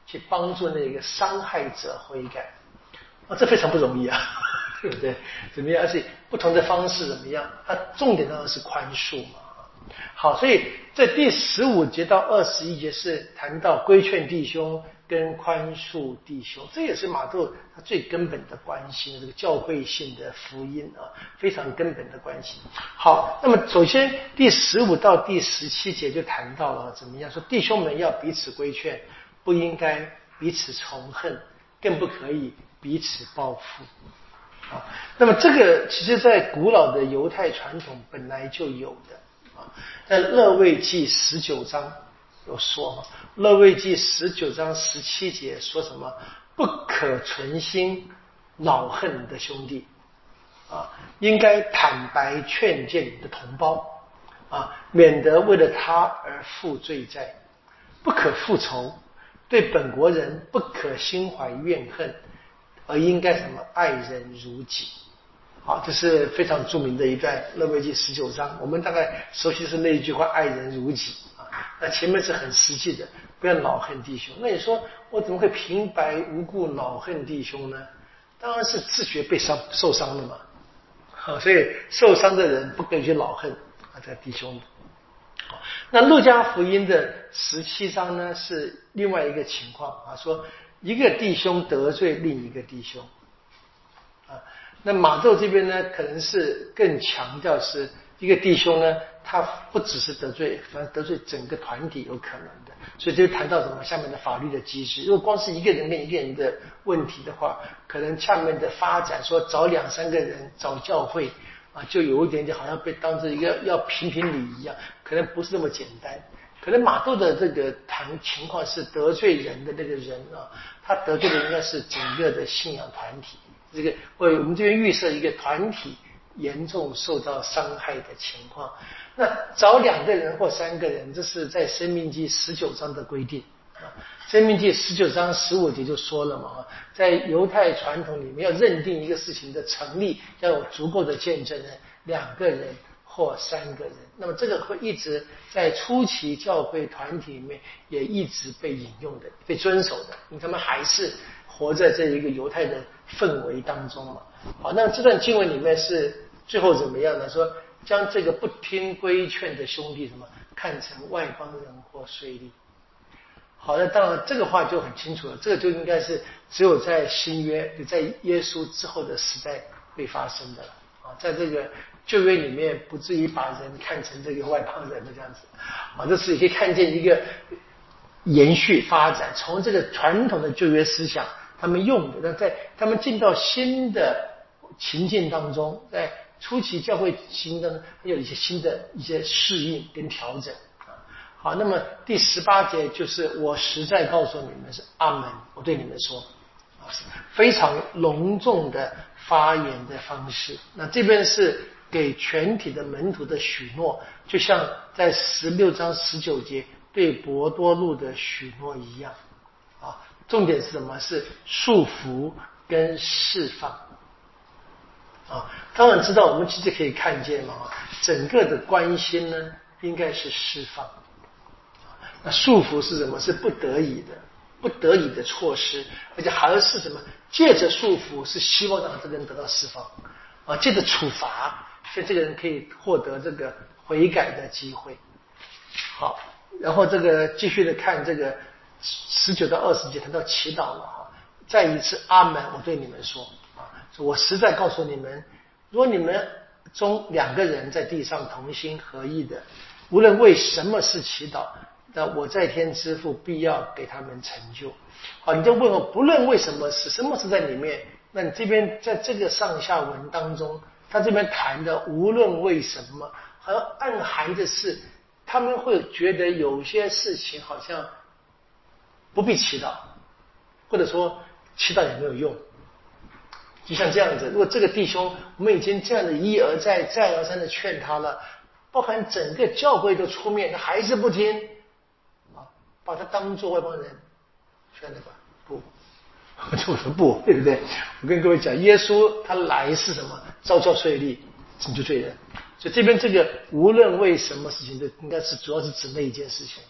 Speaker 1: 去帮助那个伤害者悔改。啊，这非常不容易啊，对不对？怎么样？而且不同的方式怎么样？它重点当然是宽恕嘛。好，所以在第十五节到二十一节是谈到规劝弟兄跟宽恕弟兄，这也是马窦他最根本的关心，这个教会性的福音啊，非常根本的关心。好，那么首先第十五到第十七节就谈到了怎么样说，弟兄们要彼此规劝，不应该彼此仇恨，更不可以彼此报复。啊，那么这个其实在古老的犹太传统本来就有的。在勒未记十九章有说嘛，勒未记十九章十七节说什么？不可存心恼恨你的兄弟啊，应该坦白劝诫你的同胞啊，免得为了他而负罪债。不可复仇，对本国人不可心怀怨恨，而应该什么？爱人如己。好，这是非常著名的一段勒未记十九章，我们大概熟悉是那一句话“爱人如己”啊。那前面是很实际的，不要恼恨弟兄。那你说我怎么会平白无故恼恨弟兄呢？当然是自觉被伤受伤了嘛。好，所以受伤的人不可以去恼恨啊，这弟兄。好，那路加福音的十七章呢是另外一个情况啊，说一个弟兄得罪另一个弟兄啊。那马窦这边呢，可能是更强调是一个弟兄呢，他不只是得罪，反正得罪整个团体有可能的，所以就谈到什么下面的法律的机制。如果光是一个人跟一个人的问题的话，可能下面的发展说找两三个人找教会啊，就有一点点好像被当成一个要评评理一样，可能不是那么简单。可能马窦的这个谈情况是得罪人的那个人啊，他得罪的应该是整个的信仰团体。这个我我们这边预设一个团体严重受到伤害的情况，那找两个人或三个人，这是在申命记十九章的规定啊。申命记十九章十五节就说了嘛，在犹太传统里面要认定一个事情的成立，要有足够的见证人，两个人或三个人。那么这个会一直在初期教会团体里面也一直被引用的，被遵守的，因为他们还是活在这一个犹太的氛围当中嘛。好，那这段经文里面是最后怎么样呢？说将这个不听规劝的兄弟什么看成外邦人或税吏。好，那当然这个话就很清楚了，这个就应该是只有在新约，就在耶稣之后的时代会发生的了啊，在这个旧约里面不至于把人看成这个外邦人的这样子啊，这是也可以看见一个延续发展，从这个传统的旧约思想他们用的，那在他们进到新的情境当中，在初期教会新的有一些新的一些适应跟调整啊。好，那么第十八节就是我实在告诉你们是阿门，我对你们说啊，非常隆重的发言的方式。那这边是给全体的门徒的许诺，就像在十六章十九节对伯多禄的许诺一样啊。重点是什么？是束缚跟释放啊。当然知道，我们其实可以看见嘛，整个的关心呢，应该是释放。那束缚是什么？是不得已的，不得已的措施，而且还是什么？借着束缚是希望让这个人得到释放啊，借着处罚，所以这个人可以获得这个悔改的机会。好，然后这个继续的看这个十九到二十节谈到祈祷了哈，再一次阿门，我对你们说啊，我实在告诉你们，如果你们中两个人在地上同心合意的，无论为什么事祈祷，那我在天之父必要给他们成就。好，你就问我，不论为什么事，什么是在里面？那你这边在这个上下文当中，他这边谈的无论为什么，好像暗含的是他们会觉得有些事情好像不必祈祷，或者说祈祷也没有用。就像这样子，如果这个弟兄我们已经这样的一而再再而三的劝他了，包含整个教会都出面，他还是不听啊，把他当作外邦人劝了吧？不，我就说不，对不对？我跟各位讲，耶稣他来是什么？招教税吏，拯救罪人。所以这边这个无论为什么事情，都应该是主要是指那一件事情。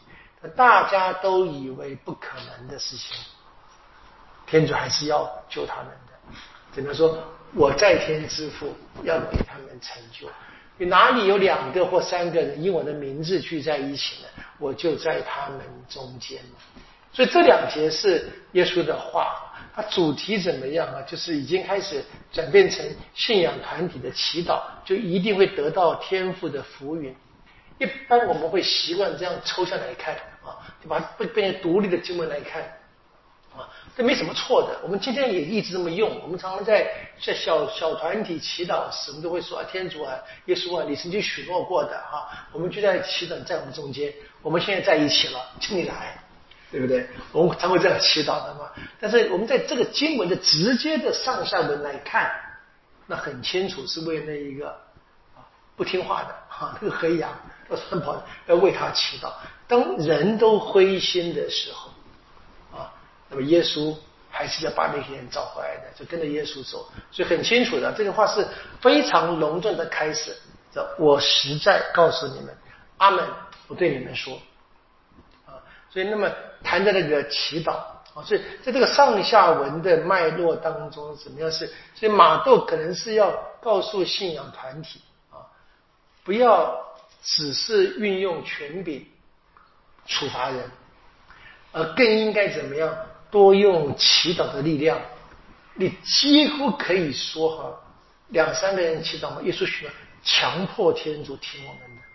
Speaker 1: 大家都以为不可能的事情，天主还是要救他们的。只能说我在天之父要给他们成就。哪里有两个或三个人因我的名字聚在一起呢？我就在他们中间。所以这两节是耶稣的话，它主题怎么样啊？就是已经开始转变成信仰团体的祈祷，就一定会得到天父的福允。一般我们会习惯这样抽象来看啊，就把它变成独立的经文来看啊，这没什么错的。我们今天也一直这么用，我们常常在在小小团体祈祷时，我们都会说啊，天主啊，耶稣啊，你曾经许诺过的啊，我们就在祈祷在我们中间，我们现在在一起了，请你来。对不对？我们常会这样祈祷的嘛。但是我们在这个经文的直接的上下文来看，那很清楚是为那一个啊不听话的啊那个黑羊要奔跑的，要为他祈祷。当人都灰心的时候啊，那么耶稣还是要把那些人找回来的，就跟着耶稣走。所以很清楚的，这个话是非常隆重的开始。我实在告诉你们，阿们，我对你们说。所以那么谈的那个祈祷啊，所以在这个上下文的脉络当中怎么样是，所以马窦可能是要告诉信仰团体啊，不要只是运用权柄处罚人，而更应该怎么样多用祈祷的力量。你几乎可以说哈，两三个人祈祷嘛，耶稣许强迫天主听我们的。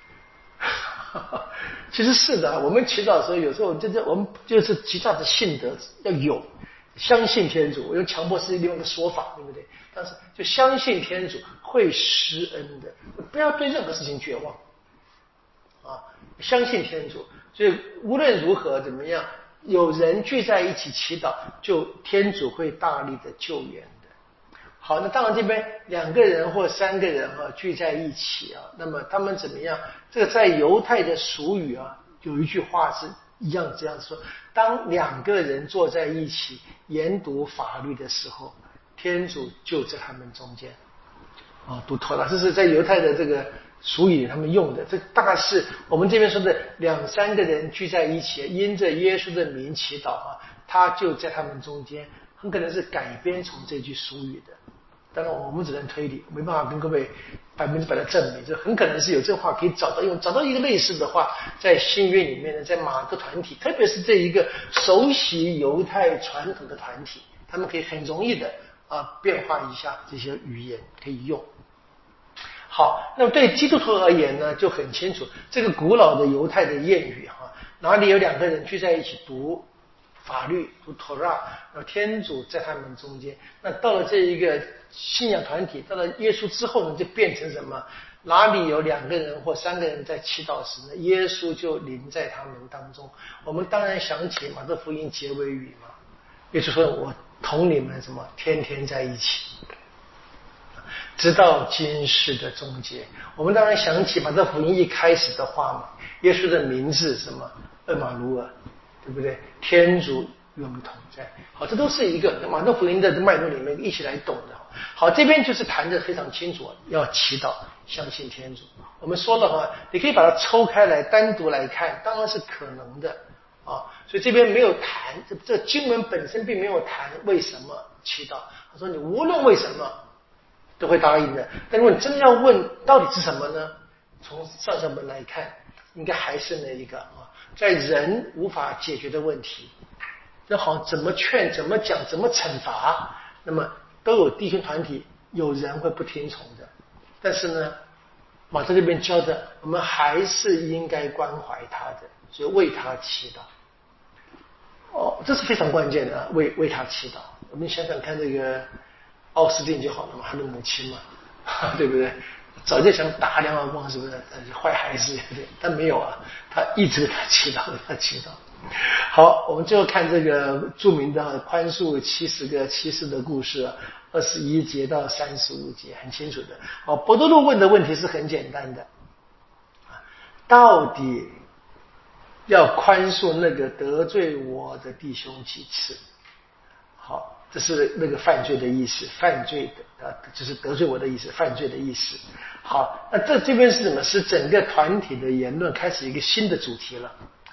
Speaker 1: 其实是的，我们祈祷的时候，有时候真的我们就是极大的信德要有，相信天主。我用强迫是另外一个说法，对不对？但是就相信天主会施恩的，不要对任何事情绝望啊！相信天主，所以无论如何怎么样，有人聚在一起祈祷，就天主会大力的救援。好，那当然这边两个人或三个人啊聚在一起啊，那么他们怎么样？这个在犹太的俗语啊，有一句话是一样这样说：当两个人坐在一起研读法律的时候，天主就在他们中间。啊，读透了，这是在犹太的这个俗语他们用的，这大概是我们这边说的两三个人聚在一起，因着耶稣的名祈祷啊，他就在他们中间，很可能是改编从这句俗语的。当然我们只能推理，没办法跟各位百分之百的证明，这很可能是有这话可以找到用，找到一个类似的话，在新约里面呢，在马可团体，特别是这一个熟悉犹太传统的团体，他们可以很容易的啊变化一下这些语言可以用。好，那么对基督徒而言呢，就很清楚，这个古老的犹太的谚语哈，哪里有两个人聚在一起读法律，读 Torah， 然后天主在他们中间。那到了这一个信仰团体，到了耶稣之后呢，就变成什么？哪里有两个人或三个人在祈祷时呢，耶稣就临在他们当中。我们当然想起马太福音结尾语嘛，耶稣说：“我同你们什么天天在一起，直到今世的终结。”我们当然想起马太福音一开始的话嘛，耶稣的名字什么厄马努尔，对不对？天主与我们同在。好，这都是一个马太福音的脉络里面一起来懂的。好，这边就是谈得非常清楚，要祈祷，相信天主。我们说了哈，你可以把它抽开来单独来看，当然是可能的啊。所以这边没有谈，这这经文本身并没有谈为什么祈祷。他说你无论为什么都会答应的。但如果你真的要问到底是什么呢？从上下文来看，应该还是那一个啊，在人无法解决的问题，那好，怎么劝、怎么讲、怎么惩罚，那么都有弟兄团体，有人会不听从的。但是呢，马太这边教的，我们还是应该关怀他的，所以为他祈祷。哦，这是非常关键的，为为他祈祷。我们想想看，这个奥斯汀就好了嘛，他的母亲嘛，对不对？早就想打两耳光，是不是？坏孩子，对不对？但没有啊，他一直给他祈祷，给他祈祷。好，我们最后看这个著名的宽恕七十个七世的故事，二十一节到三十五节，很清楚的。哦，伯多禄问的问题是很简单的，到底要宽恕那个得罪我的弟兄几次？好，这是那个犯罪的意思，犯罪的啊，就是得罪我的意思，犯罪的意思。好，那这这边是什么？是整个团体的言论开始一个新的主题了。啊，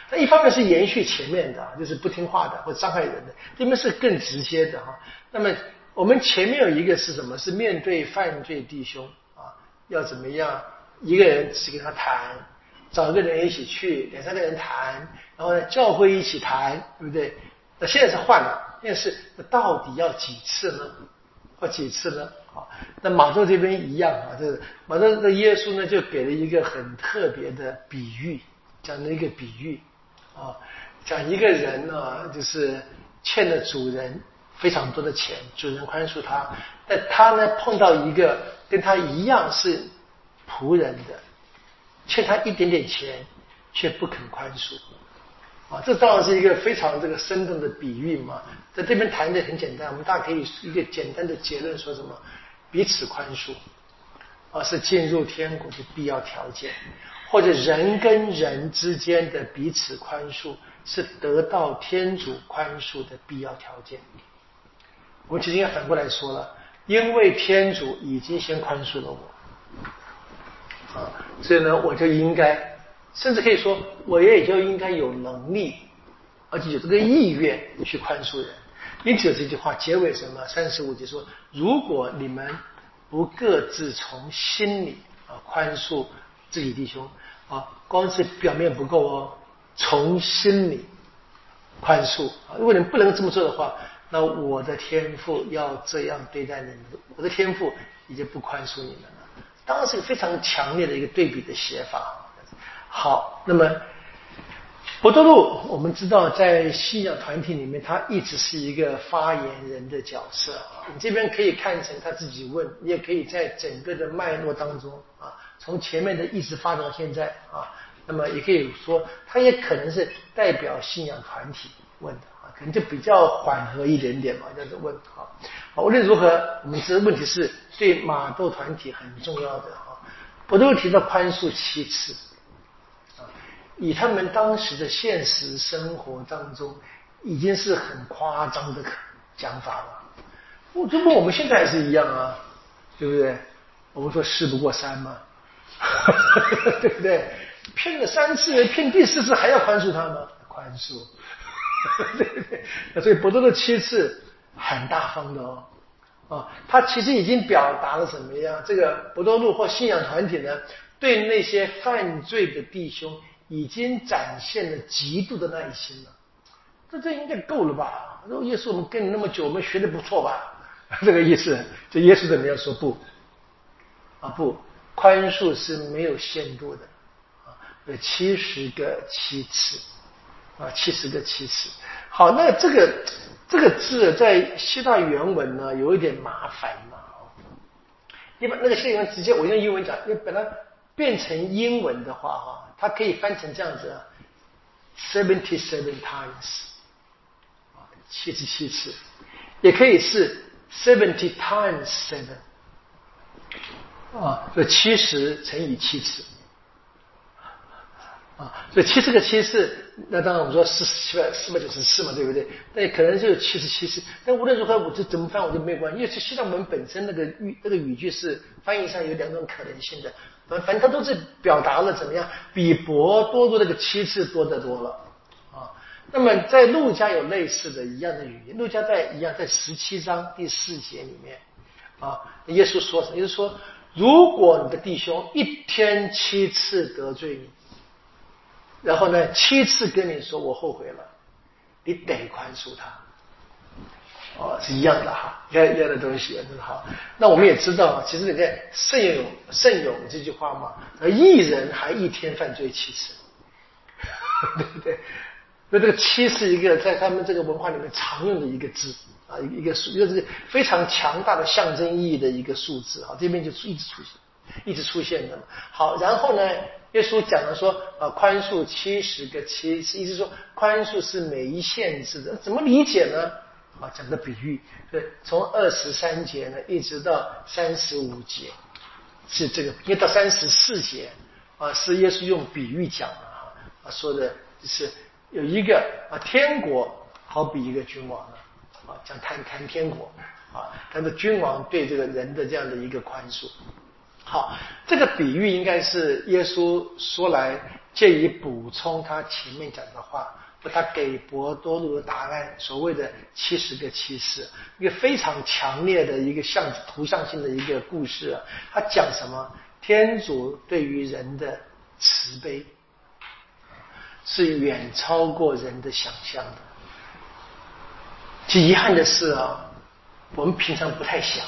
Speaker 1: 那一方面是延续前面的，就是不听话的或者伤害人的，这边是更直接的哈。那么我们前面有一个是什么？是面对犯罪弟兄啊，要怎么样？一个人只跟他谈，找一个人一起去，两三个人谈，然后呢，教会一起谈，对不对？那现在是换了，现在是那到底要几次呢？或几次呢？啊，那马窦这边一样啊，这马窦的耶稣呢就给了一个很特别的比喻，讲了一个比喻啊，讲一个人呢就是欠了主人非常多的钱，主人宽恕他，但他呢碰到一个跟他一样是仆人的，欠他一点点钱，却不肯宽恕。啊，这当然是一个非常这个生动的比喻嘛。在这边谈的很简单，我们大家可以一个简单的结论说什么？彼此宽恕，啊，是进入天国的必要条件，或者人跟人之间的彼此宽恕是得到天主宽恕的必要条件。我们其实应该反过来说了，因为天主已经先宽恕了我，啊，所以呢，我就应该。甚至可以说，我也就应该有能力，而且有这个意愿去宽恕人。因此有这句话结尾什么？三十五节说：如果你们不各自从心里啊宽恕自己弟兄啊，光是表面不够哦，从心里宽恕啊。如果你们不能这么做的话，那我的天父要这样对待你们，我的天父已经不宽恕你们了。当然是个非常强烈的一个对比的写法。好，那么伯多禄，我们知道在信仰团体里面，他一直是一个发言人的角色。你这边可以看成他自己问，你也可以在整个的脉络当中啊，从前面的一直发展到现在啊，那么也可以说，他也可能是代表信仰团体问的啊，可能就比较缓和一点点嘛，这样子问啊。好，无论如何，我们这个问题是对马窦团体很重要的啊。伯多禄提到宽恕七次。以他们当时的现实生活当中，已经是很夸张的讲法了。我这不我们现在还是一样啊，对不对？我们说事不过三嘛，对不对？骗了三次，骗第四次还要宽恕他吗？宽恕，对不对？那所以伯多禄七次很大方的哦。啊，他其实已经表达了什么样？这个伯多禄或信仰团体呢，对那些犯罪的弟兄。已经展现了极度的耐心了，这这应该够了吧？说耶稣，我们跟你那么久，我们学的不错吧？这个意思，这耶稣怎么样说不？啊不，宽恕是没有限度的啊，有七十个七次啊，七十个七次。好，那这个这个字在希腊原文呢，有一点麻烦嘛。你把那个希腊原文直接我用英文讲，你把它变成英文的话哈。它可以翻成这样子 ，seventy seven times， 啊，七十七次，也可以是 seventy times seven， 啊，所以七十乘以七次，啊，所以七十个七次，那当然我们说四七百四百九十四嘛，对不对？那可能就有七十七次，但无论如何，我就怎么翻我就没有关系，因为希腊文本身那个语那个语句是翻译上有两种可能性的。反反正他都是表达了怎么样，比伯多禄那个七次多得多了啊。那么在路加有类似的一样的语言，路加在一样在十七章第四节里面啊，耶稣说什么？耶稣说，如果你的弟兄一天七次得罪你，然后呢七次跟你说我后悔了，你得宽恕他。哦，是一样的哈，一样一样的东西，真的好。那我们也知道，其实你看“圣勇圣勇”这句话嘛，而义人还一天犯罪七次，对不对？所以这个七是一个在他们这个文化里面常用的一个字啊，一个数，一个是非常强大的象征意义的一个数字啊，这边就一直出现，一直出现的嘛。好，然后呢，耶稣讲了说，啊，宽恕七十个七，是意思说宽恕是没限制的，怎么理解呢？啊，讲的比喻，对，从二十三节呢一直到三十五节，是这个，因为到三十四节啊，是耶稣用比喻讲的啊，说的就是有一个啊，天国好比一个君王呢，啊，讲谈谈天国啊，他的君王对这个人的这样的一个宽恕好，这个比喻应该是耶稣说来借以补充他前面讲的话，他给伯多禄的答案，所谓的七十个启示，一个非常强烈的一个象图像性的一个故事啊。他讲什么？天主对于人的慈悲是远超过人的想象的。其遗憾的是啊，我们平常不太想，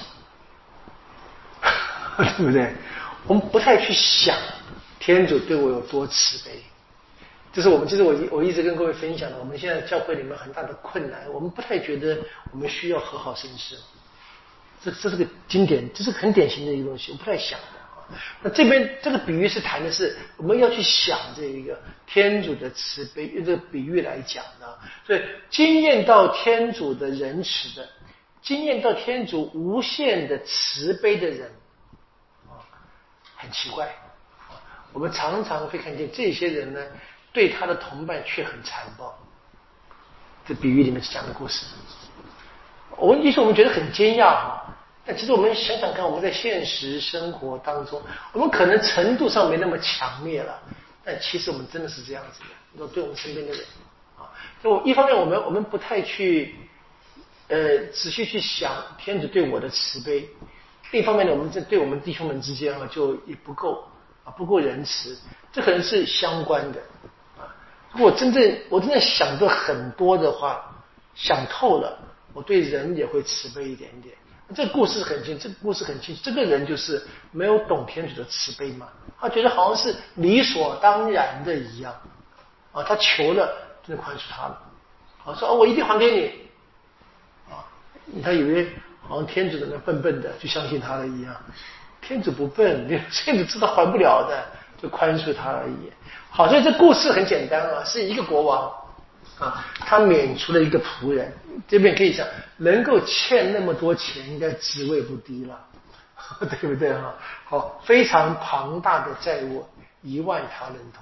Speaker 1: 对不对？我们不太去想天主对我有多慈悲。这是我们，这是我我一直跟各位分享的。我们现在教会里面很大的困难，我们不太觉得我们需要和好绅士。这这是个经典，这是很典型的一个东西，我不太想的。那这边这个比喻是谈的是我们要去想这一个天主的慈悲，用这个比喻来讲的。所以经验到天主的仁慈的，经验到天主无限的慈悲的人，啊，很奇怪。我们常常会看见这些人呢，对他的同伴却很残暴。这比喻里面讲的故事，我们也许我们觉得很惊讶哈，但其实我们想想看，我们在现实生活当中，我们可能程度上没那么强烈了，但其实我们真的是这样子的，对我们身边的人啊。就一方面，我们我们不太去呃仔细去想天主对我的慈悲；另一方面呢，我们这对我们弟兄们之间啊，就也不够啊，不够仁慈，这可能是相关的。如果真正我真的想得很多的话，想透了，我对人也会慈悲一点点。这个故事很清，这个故事很清楚。这个人就是没有懂天主的慈悲嘛，他觉得好像是理所当然的一样啊，他求了就能宽恕他了，啊，说、哦、我一定还给你啊，他以为好像天主那笨笨的就相信他了一样，天主不笨，天主知道还不了的，就宽恕他而已。好，所以这故事很简单啊，是一个国王啊，他免除了一个仆人，这边可以想，能够欠那么多钱，应该职位不低了，对不对哈？好，非常庞大的债务，一万塔冷通，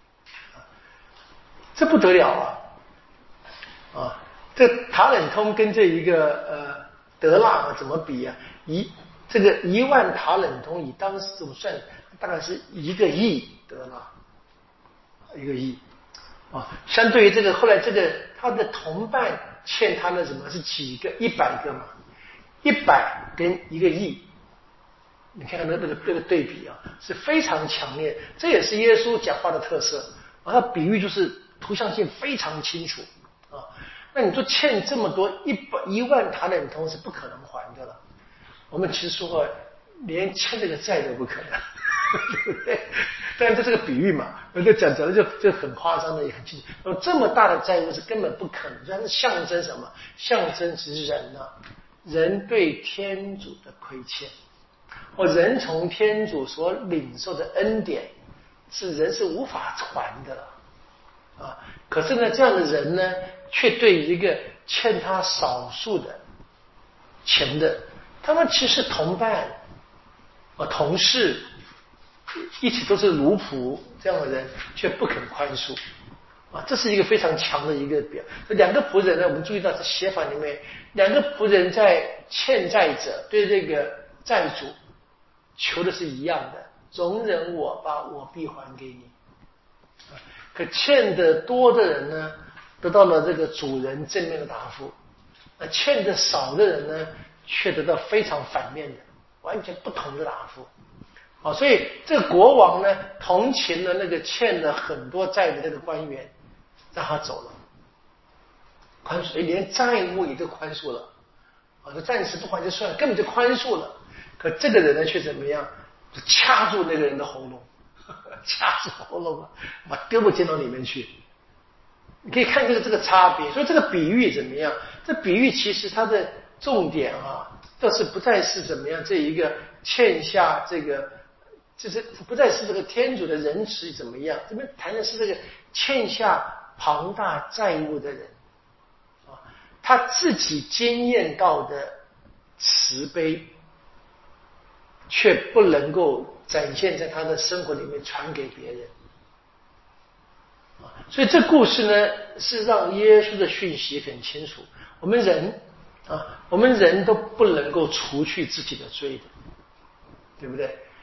Speaker 1: 这不得了啊！啊，这塔冷通跟这一个呃德纳怎么比啊？一这个一万塔冷通以当时怎么算，大概是一个亿德纳。一个亿啊，相对于这个后来这个他的同伴欠他的什么是几个一百个嘛，一百跟一个亿，你看看那那个那个对比啊，是非常强烈。这也是耶稣讲话的特色啊，他比喻就是图像性非常清楚啊。那你说欠这么多一百一万塔冷通是不可能还的了。我们其实说过，连欠这个债都不可能。对不对？但这是个比喻嘛，那就讲讲的就就很夸张的，也很清楚。那么这么大的债务是根本不可能，它是象征什么？象征是人啊，人对天主的亏欠，或人从天主所领受的恩典，是人是无法还的了啊。可是呢，这样的人呢，却对一个欠他少数的钱的，他们其实同伴啊、同事。一起都是奴仆，这样的人却不肯宽恕啊，这是一个非常强的一个表。两个仆人呢，我们注意到这写法里面，两个仆人在欠债者对这个债主求的是一样的，容忍我吧，我必还给你。可欠的多的人呢，得到了这个主人正面的答复；那欠的少的人呢，却得到非常反面的、完全不同的答复。啊，所以这个国王呢，同情了那个欠了很多债的那个官员，让他走了，宽恕，连债务也都宽恕了，啊，这暂时不还就算了，根本就宽恕了。可这个人呢，却怎么样？就掐住那个人的喉咙，呵呵掐住喉咙，把丢到监牢里面去。你可以看这个这个差别，所以这个比喻怎么样？这比喻其实它的重点啊，倒是不再是怎么样这一个欠下这个。就是不再是这个天主的仁慈怎么样，这边谈的是这个欠下庞大债务的人啊，他自己经验到的慈悲，却不能够展现在他的生活里面传给别人啊。所以这故事呢，是让耶稣的讯息很清楚：我们人啊，我们人都不能够除去自己的罪的，对不对？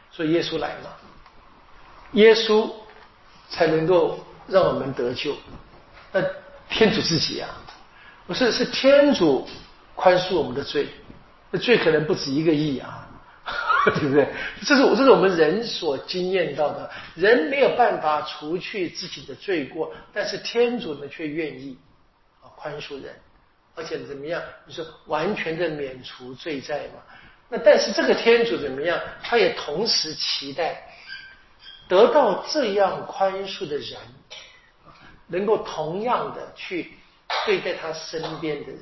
Speaker 1: 所以耶稣来嘛，耶稣才能够让我们得救。那天主自己啊，不是是天主宽恕我们的罪，那罪可能不止一个亿啊。对不对？这是这是我们人所经验到的，人没有办法除去自己的罪过，但是天主呢却愿意啊宽恕人，而且怎么样？你说完全的免除罪债嘛？那但是这个天主怎么样？他也同时期待得到这样宽恕的人，能够同样的去对待他身边的人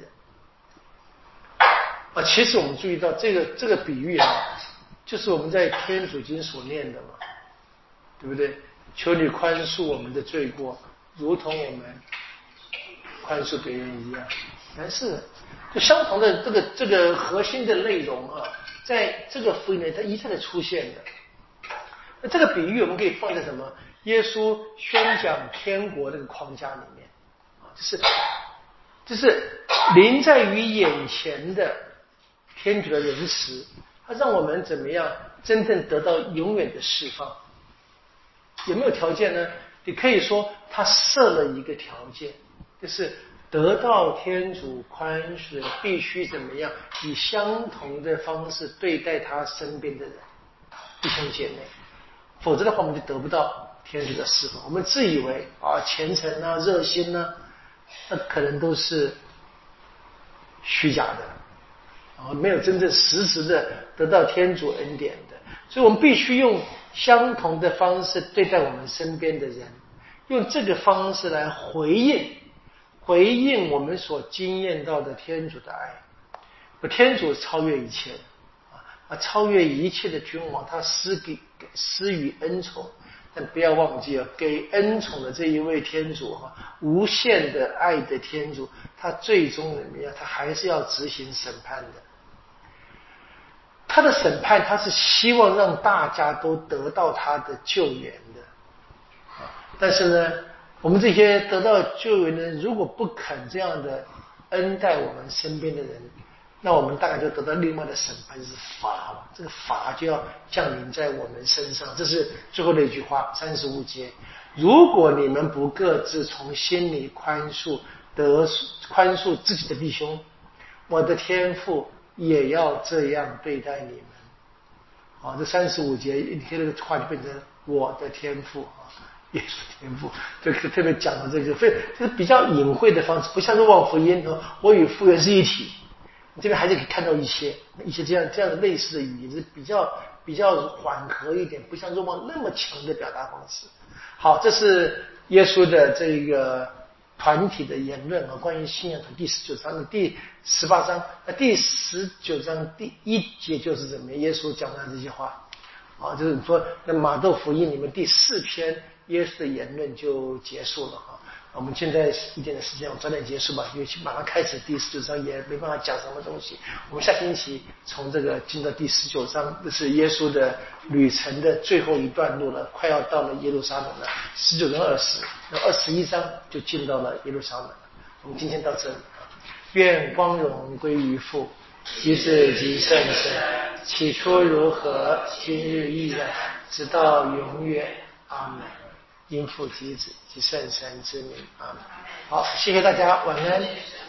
Speaker 1: 啊。其实我们注意到这个这个比喻啊。就是我们在天主经所念的嘛，对不对？求你宽恕我们的罪过，如同我们宽恕别人一样。但是，就相同的这个这个核心的内容啊，在这个福音里它一再的出现的。那这个比喻我们可以放在什么？耶稣宣讲天国那个框架里面啊，就是就是临在于眼前的天主的仁慈。它让我们怎么样真正得到永远的释放？有没有条件呢？你可以说他设了一个条件，就是得到天主宽恕，必须怎么样以相同的方式对待他身边的人，弟兄姐妹，否则的话我们就得不到天主的释放。我们自以为啊虔诚啊热心啊，那可能都是虚假的。啊，没有真正实质的得到天主恩典的，所以我们必须用相同的方式对待我们身边的人，用这个方式来回应回应我们所经验到的天主的爱。天主超越一切啊，超越一切的君王，他施给施予恩宠，但不要忘记了，给恩宠的这一位天主哈，无限的爱的天主，他最终怎么样？他还是要执行审判的。他的审判，他是希望让大家都得到他的救援的。但是呢，我们这些得到救援的人，如果不肯这样的恩待我们身边的人，那我们大概就得到另外的审判，就是罚了。这个罚就要降临在我们身上。这是最后的一句话，三十五节。如果你们不各自从心里宽恕得宽恕自己的弟兄，我的天父也要这样对待你们。好，这三十五节你看这个话就变成我的天父啊，耶稣天父，这个特别讲的这个非这个比较隐晦的方式，不像是望福音哦，我与父原是一体。这边还是可以看到一些一些这样这样的类似的语言，是比较比较缓和一点，不像若望那么强的表达方式。好，这是耶稣的这个团体的言论啊，关于信仰的第十九章的第十八章，那第十九章第一节就是怎么样？耶稣讲的这些话啊，就是说那马窦福音里面第四篇耶稣的言论就结束了哈。我们现在一点的时间，我早点结束吧，因为马上开始第十九章，也没办法讲什么东西。我们下星期从这个进到第十九章，这是耶稣的旅程的最后一段路了，快要到了耶路撒冷了。十九跟二十，那二十一章就进到了耶路撒冷了。我们今天到这里，愿光荣归于父、及子及圣神，起初如何，今日亦然，直到永远。阿门。因父及子及圣神之名，阿们。好，谢谢大家，晚安。